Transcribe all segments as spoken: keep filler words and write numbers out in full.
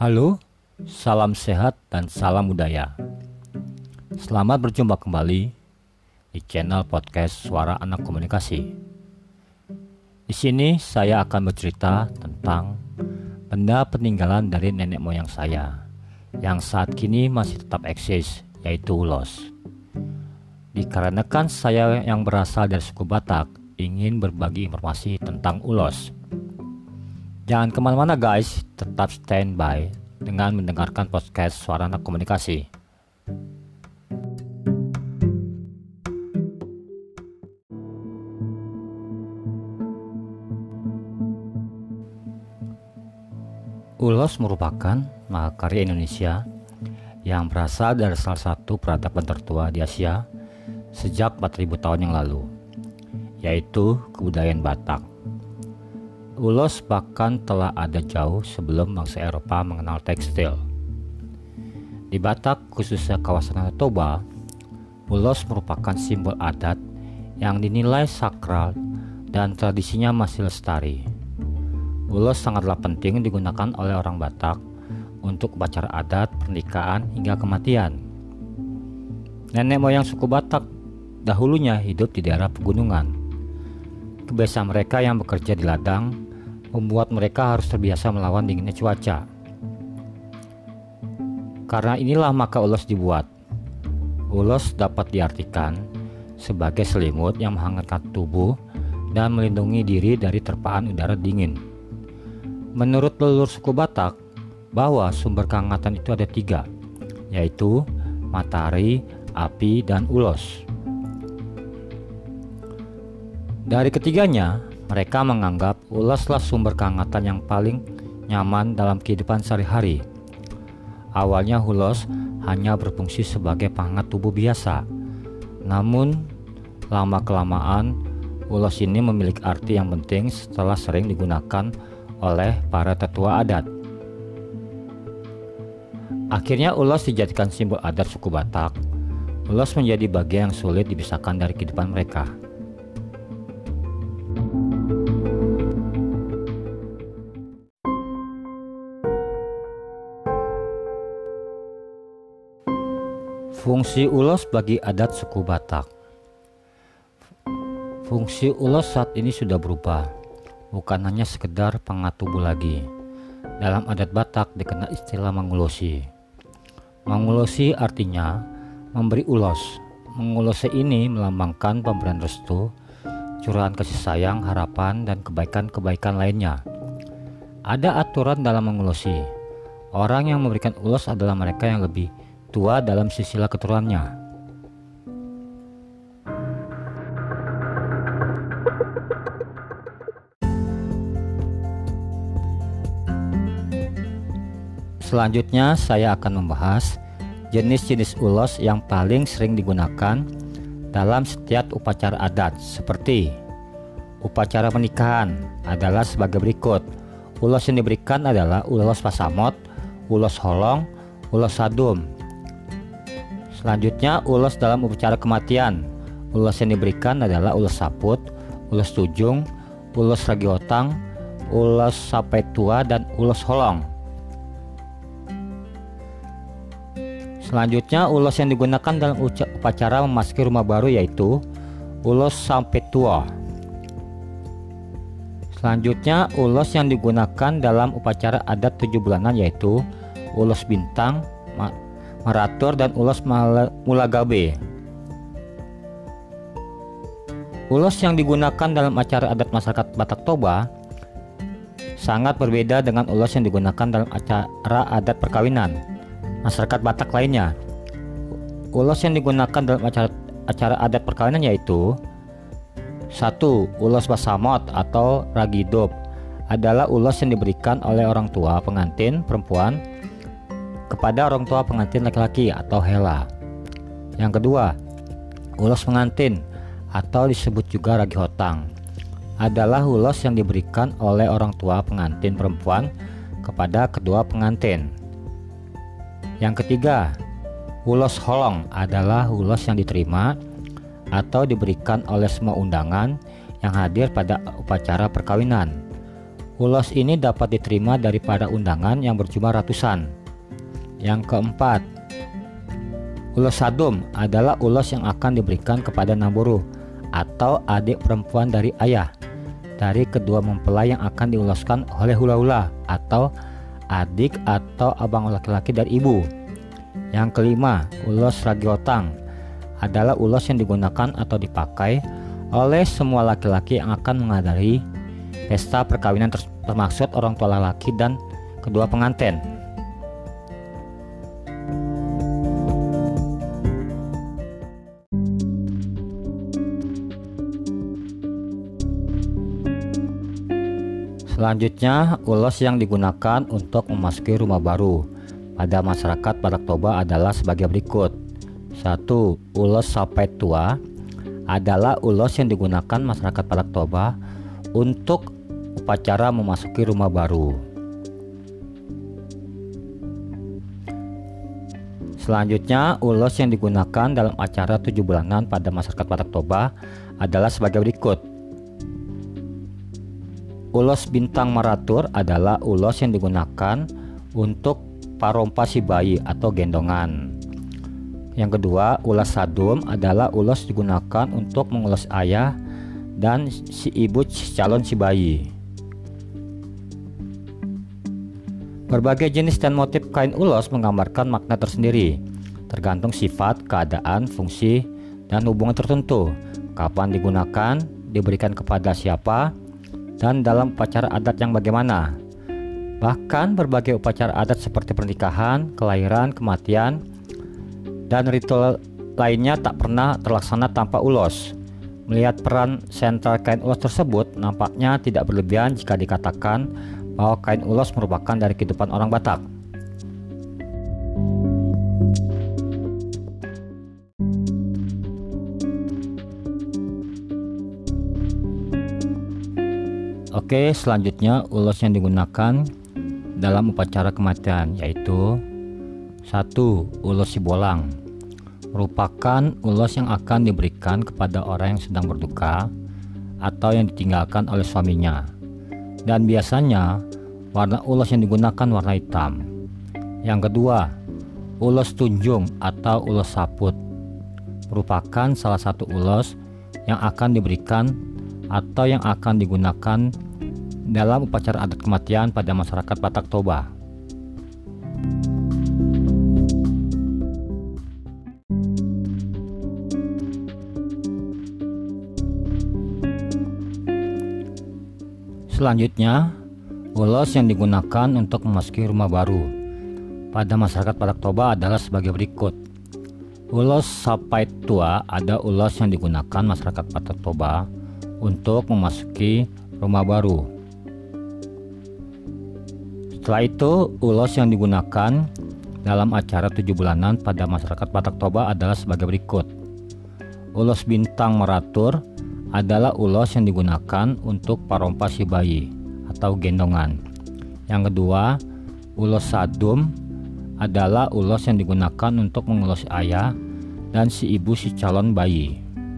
Halo, salam sehat dan salam budaya. Selamat berjumpa kembali di channel podcast Suara Anak Komunikasi. Di sini saya akan bercerita tentang benda peninggalan dari nenek moyang saya yang saat kini masih tetap eksis, yaitu ulos. Dikarenakan saya yang berasal dari suku Batak ingin berbagi informasi tentang ulos. Jangan kemana-mana guys, tetap standby dengan mendengarkan podcast Suara Anak Komunikasi. Ulos merupakan mahakarya Indonesia yang berasal dari salah satu peradaban tertua di Asia sejak empat ribu tahun yang lalu, yaitu kebudayaan Batak. Ulos bahkan telah ada jauh sebelum bangsa Eropa mengenal tekstil. Di Batak, khususnya kawasan Toba, ulos merupakan simbol adat yang dinilai sakral dan tradisinya masih lestari. Ulos sangatlah penting digunakan oleh orang Batak untuk upacara adat, pernikahan, hingga kematian. Nenek moyang suku Batak dahulunya hidup di daerah pegunungan. Kebiasaan mereka yang bekerja di ladang membuat mereka harus terbiasa melawan dinginnya cuaca. Karena inilah maka ulos dibuat. Ulos dapat diartikan sebagai selimut yang menghangatkan tubuh dan melindungi diri dari terpaan udara dingin. Menurut leluhur suku Batak, bahwa sumber kehangatan itu ada tiga, yaitu matahari, api, dan ulos. Dari ketiganya, mereka menganggap uloslah sumber kehangatan yang paling nyaman dalam kehidupan sehari-hari. Awalnya ulos hanya berfungsi sebagai penghangat tubuh biasa. Namun, lama-kelamaan ulos ini memiliki arti yang penting setelah sering digunakan oleh para tetua adat. Akhirnya ulos dijadikan simbol adat suku Batak. Ulos menjadi bagian yang sulit dipisahkan dari kehidupan mereka. Fungsi ulos bagi adat suku Batak. Fungsi ulos saat ini sudah berubah, bukan hanya sekedar penghangat tubuh lagi. Dalam adat Batak dikenal istilah mengulosi. Mengulosi artinya memberi ulos. Mengulosi ini melambangkan pemberian restu, curahan kasih sayang, harapan, dan kebaikan-kebaikan lainnya. Ada aturan dalam mengulosi. Orang yang memberikan ulos adalah mereka yang lebih tua dalam silsilah keturunannya. Selanjutnya saya akan membahas jenis-jenis ulos yang paling sering digunakan dalam setiap upacara adat, seperti upacara pernikahan adalah sebagai berikut. Ulos yang diberikan adalah ulos pasamot, ulos holong, ulos sadum. Selanjutnya, ulos dalam upacara kematian. Ulos yang diberikan adalah ulos saput, ulos tujung, ulos ragiotang, ulos sapai tua, dan ulos holong. Selanjutnya, ulos yang digunakan dalam upacara memasuki rumah baru yaitu ulos sampai tua. Selanjutnya, ulos yang digunakan dalam upacara adat tujuh bulanan yaitu ulos bintang, maratur, dan ulos mulagabe. Ulos yang digunakan dalam acara adat masyarakat Batak Toba sangat berbeda dengan ulos yang digunakan dalam acara adat perkawinan masyarakat Batak lainnya. Ulos yang digunakan dalam acara, acara adat perkawinan yaitu satu. Ulos pasamot atau ragidop adalah ulos yang diberikan oleh orang tua pengantin perempuan kepada orang tua pengantin laki-laki atau hela. Yang kedua, ulos pengantin atau disebut juga ragihotang adalah ulos yang diberikan oleh orang tua pengantin perempuan kepada kedua pengantin. Yang ketiga, ulos holong adalah ulos yang diterima atau diberikan oleh semua undangan yang hadir pada upacara perkawinan. Ulos ini dapat diterima daripada undangan yang berjumlah ratusan. Yang keempat, ulos sadum adalah ulos yang akan diberikan kepada namburu atau adik perempuan dari ayah dari kedua mempelai yang akan diuloskan oleh hula-hula atau adik atau abang laki-laki dari ibu. Yang kelima, ulos ragiotang adalah ulos yang digunakan atau dipakai oleh semua laki-laki yang akan menghadiri pesta perkawinan, termaksud orang tua laki dan kedua pengantin. Selanjutnya, ulos yang digunakan untuk memasuki rumah baru pada masyarakat Batak Toba adalah sebagai berikut. Satu. Ulos sapai tua adalah ulos yang digunakan masyarakat Batak Toba untuk upacara memasuki rumah baru. Selanjutnya, ulos yang digunakan dalam acara tujuh bulanan pada masyarakat Batak Toba adalah sebagai berikut. Ulos bintang maratur adalah ulos yang digunakan untuk parompa si bayi atau gendongan. Yang kedua, ulos sadum adalah ulos digunakan untuk mengulos ayah dan si ibu calon si bayi. Berbagai jenis dan motif kain ulos menggambarkan makna tersendiri, tergantung sifat, keadaan, fungsi, dan hubungan tertentu, kapan digunakan, diberikan kepada siapa, dan dalam upacara adat yang bagaimana. Bahkan berbagai upacara adat seperti pernikahan, kelahiran, kematian, dan ritual lainnya tak pernah terlaksana tanpa ulos. Melihat peran sentral kain ulos tersebut, nampaknya tidak berlebihan jika dikatakan bahwa kain ulos merupakan dari kehidupan orang Batak. Oke, selanjutnya ulos yang digunakan dalam upacara kematian yaitu satu. Ulos sibolang merupakan ulos yang akan diberikan kepada orang yang sedang berduka atau yang ditinggalkan oleh suaminya, dan biasanya warna ulos yang digunakan warna hitam. Yang kedua, ulos tunjung atau ulos saput merupakan salah satu ulos yang akan diberikan atau yang akan digunakan dalam upacara adat kematian pada masyarakat Batak Toba. Selanjutnya, ulos yang digunakan untuk memasuki rumah baru pada masyarakat Batak Toba adalah sebagai berikut. Ulos sapai tua ada ulos yang digunakan masyarakat Batak Toba untuk memasuki rumah baru. Setelah itu, ulos yang digunakan dalam acara tujuh bulanan pada masyarakat Batak Toba adalah sebagai berikut. Ulos bintang meratur adalah ulos yang digunakan untuk parompa si bayi atau gendongan. Yang kedua, ulos sadum adalah ulos yang digunakan untuk mengulos ayah dan si ibu si calon bayi.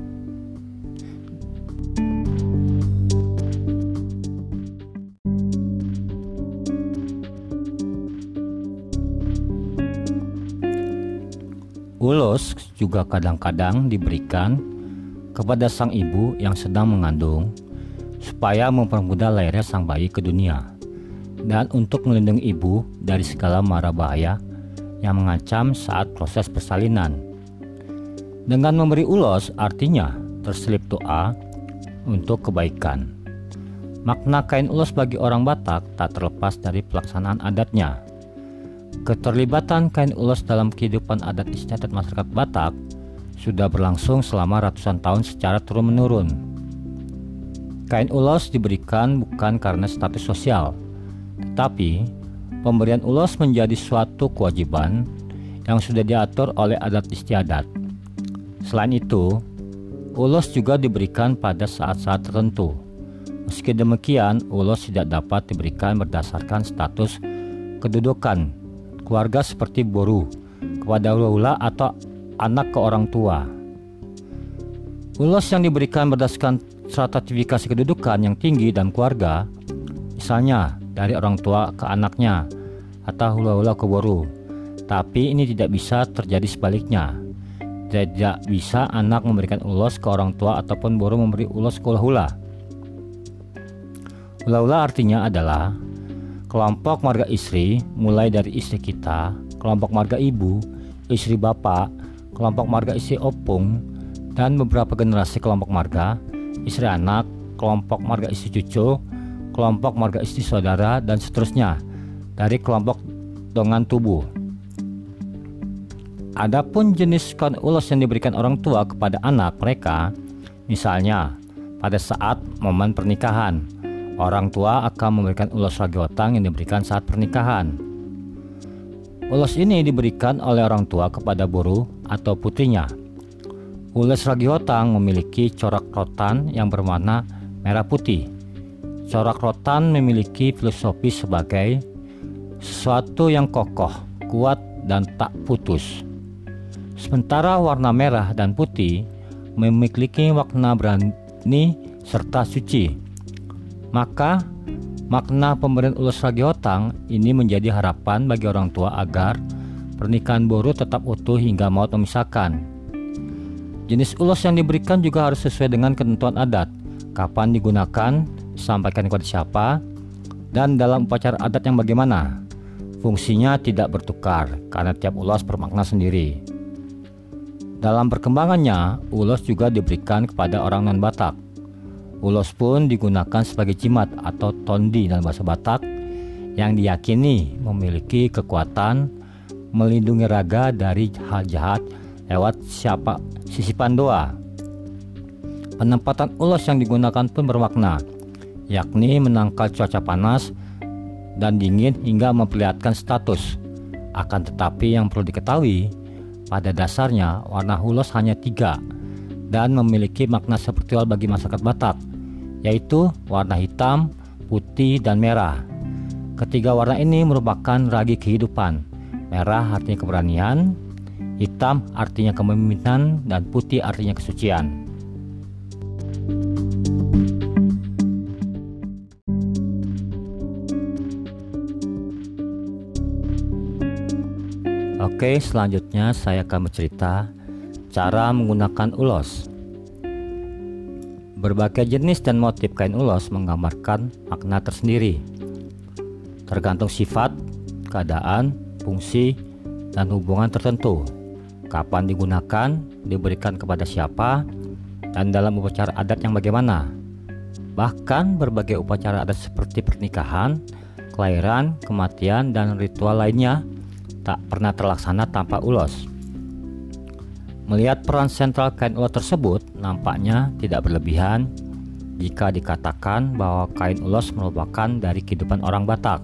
Ulos juga kadang-kadang diberikan kepada sang ibu yang sedang mengandung supaya mempermudah lahirnya sang bayi ke dunia dan untuk melindungi ibu dari segala mara bahaya yang mengancam saat proses persalinan. Dengan memberi ulos artinya terselip doa untuk kebaikan. Makna kain ulos bagi orang Batak tak terlepas dari pelaksanaan adatnya. Keterlibatan kain ulos dalam kehidupan adat istiadat masyarakat Batak sudah berlangsung selama ratusan tahun secara turun-menurun. Kain ulos diberikan bukan karena status sosial, tetapi pemberian ulos menjadi suatu kewajiban yang sudah diatur oleh adat istiadat. Selain itu, ulos juga diberikan pada saat-saat tertentu. Meski demikian, ulos tidak dapat diberikan berdasarkan status kedudukan keluarga seperti boru kepada hula atau anak ke orang tua. Ulos yang diberikan berdasarkan stratifikasi kedudukan yang tinggi dan keluarga misalnya dari orang tua ke anaknya atau hula-hula ke boru. Tapi ini tidak bisa terjadi sebaliknya. Tidak bisa anak memberikan ulos ke orang tua ataupun boru memberi ulos ke hula-hula. Hula-hula artinya adalah kelompok marga istri, mulai dari istri kita, kelompok marga ibu, istri bapak, kelompok marga istri opung, dan beberapa generasi kelompok marga, istri anak, kelompok marga istri cucu, kelompok marga istri saudara, dan seterusnya dari kelompok dongan tubuh. Adapun jenis kain ulos yang diberikan orang tua kepada anak mereka, misalnya pada saat momen pernikahan, orang tua akan memberikan ulos ragi otang yang diberikan saat pernikahan. Ulos ini diberikan oleh orang tua kepada boru atau putrinya. Ulos ragi otang memiliki corak rotan yang berwarna merah putih. Corak rotan memiliki filosofi sebagai sesuatu yang kokoh, kuat, dan tak putus. Sementara warna merah dan putih memiliki makna berani serta suci. Maka makna pemberian ulos ragi otang ini menjadi harapan bagi orang tua agar pernikahan boru tetap utuh hingga maut memisahkan. Jenis ulos yang diberikan juga harus sesuai dengan ketentuan adat, kapan digunakan, disampaikan kepada siapa, dan dalam upacara adat yang bagaimana. Fungsinya tidak bertukar karena tiap ulos bermakna sendiri. Dalam perkembangannya, ulos juga diberikan kepada orang non-Batak. Ulos pun digunakan sebagai jimat atau tondi dalam bahasa Batak yang diyakini memiliki kekuatan melindungi raga dari hal jahat lewat siapa sisipan doa. Penempatan ulos yang digunakan pun bermakna, yakni menangkal cuaca panas dan dingin hingga memperlihatkan status. Akan tetapi yang perlu diketahui, pada dasarnya warna ulos hanya tiga dan memiliki makna spiritual bagi masyarakat Batak, yaitu warna hitam, putih, dan merah. Ketiga warna ini merupakan ragi kehidupan. Merah artinya keberanian, hitam artinya kepemimpinan, dan putih artinya kesucian. Oke, selanjutnya saya akan bercerita cara menggunakan ulos. Berbagai jenis dan motif kain ulos menggambarkan makna tersendiri, tergantung sifat, keadaan, fungsi, dan hubungan tertentu. Kapan digunakan, diberikan kepada siapa, dan dalam upacara adat yang bagaimana. Bahkan berbagai upacara adat seperti pernikahan, kelahiran, kematian, dan ritual lainnya tak pernah terlaksana tanpa ulos. Melihat peran sentral kain ulos tersebut, nampaknya tidak berlebihan jika dikatakan bahwa kain ulos merupakan dari kehidupan orang Batak.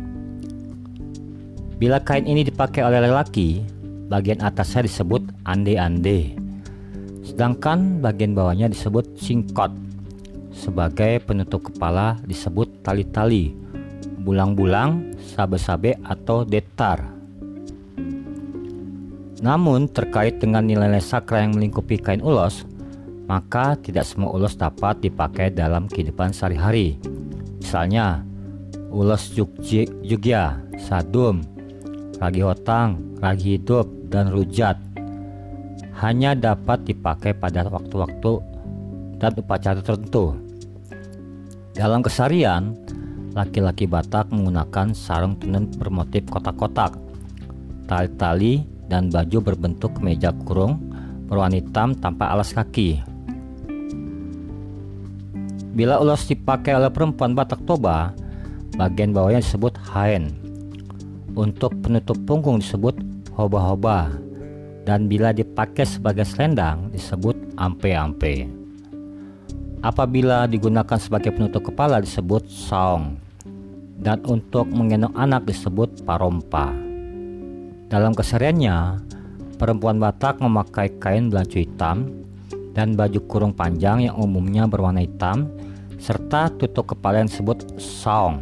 Bila kain ini dipakai oleh lelaki, bagian atasnya disebut ande-ande, sedangkan bagian bawahnya disebut singkot. Sebagai penutup kepala disebut tali-tali, bulang-bulang, sabe-sabe, atau detar. Namun terkait dengan nilai-nilai sakral yang melingkupi kain ulos, maka tidak semua ulos dapat dipakai dalam kehidupan sehari-hari. Misalnya, ulos Jogja, sadum, ragi otang, ragi hidup, dan rujat hanya dapat dipakai pada waktu-waktu dan upacara tertentu. Dalam keseharian, laki-laki Batak menggunakan sarung tenun bermotif kotak-kotak, tali-tali, dan baju berbentuk kemeja kurung berwarna hitam tanpa alas kaki. Bila ulos dipakai oleh perempuan Batak Toba, bagian bawahnya disebut haen. Untuk penutup punggung disebut hoba-hoba, dan bila dipakai sebagai selendang disebut ampe-ampe. Apabila digunakan sebagai penutup kepala disebut saong, dan untuk menggendong anak disebut parompa. Dalam kesehariannya, perempuan Batak memakai kain belancu hitam dan baju kurung panjang yang umumnya berwarna hitam, serta tutup kepala yang disebut saong.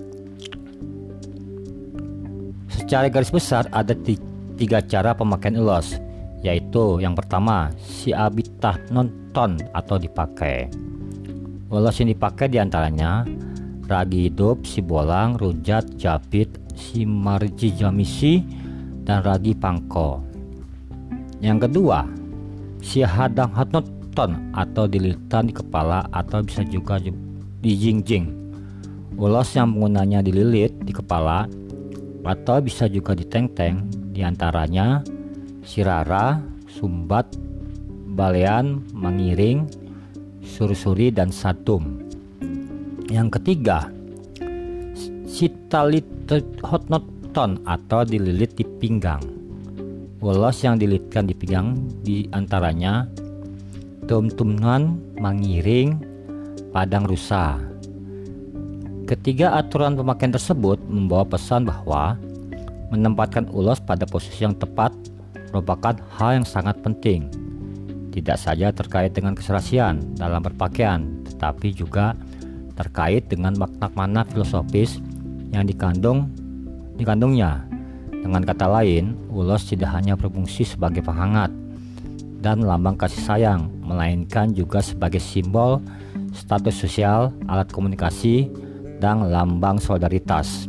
Secara garis besar ada tiga cara pemakaian ulos, yaitu yang pertama, siabitah nonton atau dipakai. Ulos yang dipakai diantaranya ragi hidup, sibolang, rujat, japit, simarji jamisi, dan ragi pangko. Yang kedua, si hadang hotnoton atau dililitan di kepala atau bisa juga di jingjing. Ulos yang penggunanya dililit di kepala atau bisa juga di teng-teng, diantaranya sirara, sumbat, balean, mengiring, sursuri, dan satum. Yang ketiga, sitalit hotnoton atau dililit di pinggang. Ulos yang dililitkan di pinggang diantaranya tum-tumnan, mengiring, padang rusa. Ketiga aturan pemakaian tersebut membawa pesan bahwa menempatkan ulos pada posisi yang tepat merupakan hal yang sangat penting, tidak saja terkait dengan keserasian dalam berpakaian, tetapi juga terkait dengan makna-makna filosofis yang dikandung dikandungnya. Dengan kata lain, ulos tidak hanya berfungsi sebagai penghangat dan lambang kasih sayang, melainkan juga sebagai simbol status sosial, alat komunikasi, dan lambang solidaritas.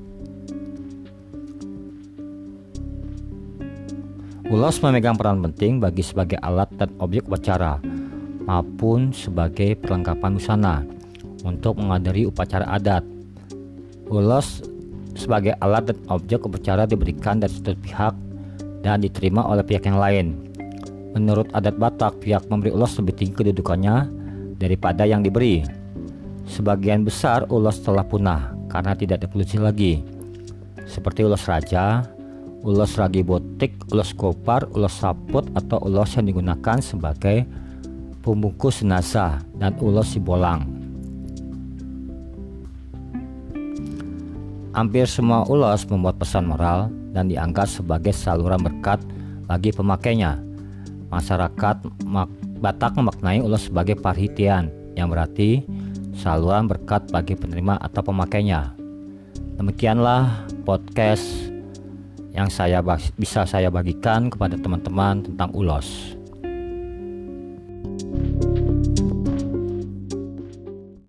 Ulos memegang peran penting bagi sebagai alat dan objek upacara maupun sebagai perlengkapan busana untuk menghadiri upacara adat. Ulos sebagai alat dan objek upacara diberikan dari satu pihak dan diterima oleh pihak yang lain. Menurut adat Batak, pihak memberi ulos lebih tinggi kedudukannya daripada yang diberi. Sebagian besar ulos telah punah karena tidak diproduksi lagi, seperti ulos raja, ulos ragi botik, ulos kopar, ulos saput, atau ulos yang digunakan sebagai pembungkus jenazah, dan ulos sibolang. Hampir semua ulos membuat pesan moral dan dianggap sebagai saluran berkat bagi pemakainya. Masyarakat Batak memaknai ulos sebagai parhitian, yang berarti saluran berkat bagi penerima atau pemakainya. Demikianlah podcast yang saya bisa saya bagikan kepada teman-teman tentang ulos.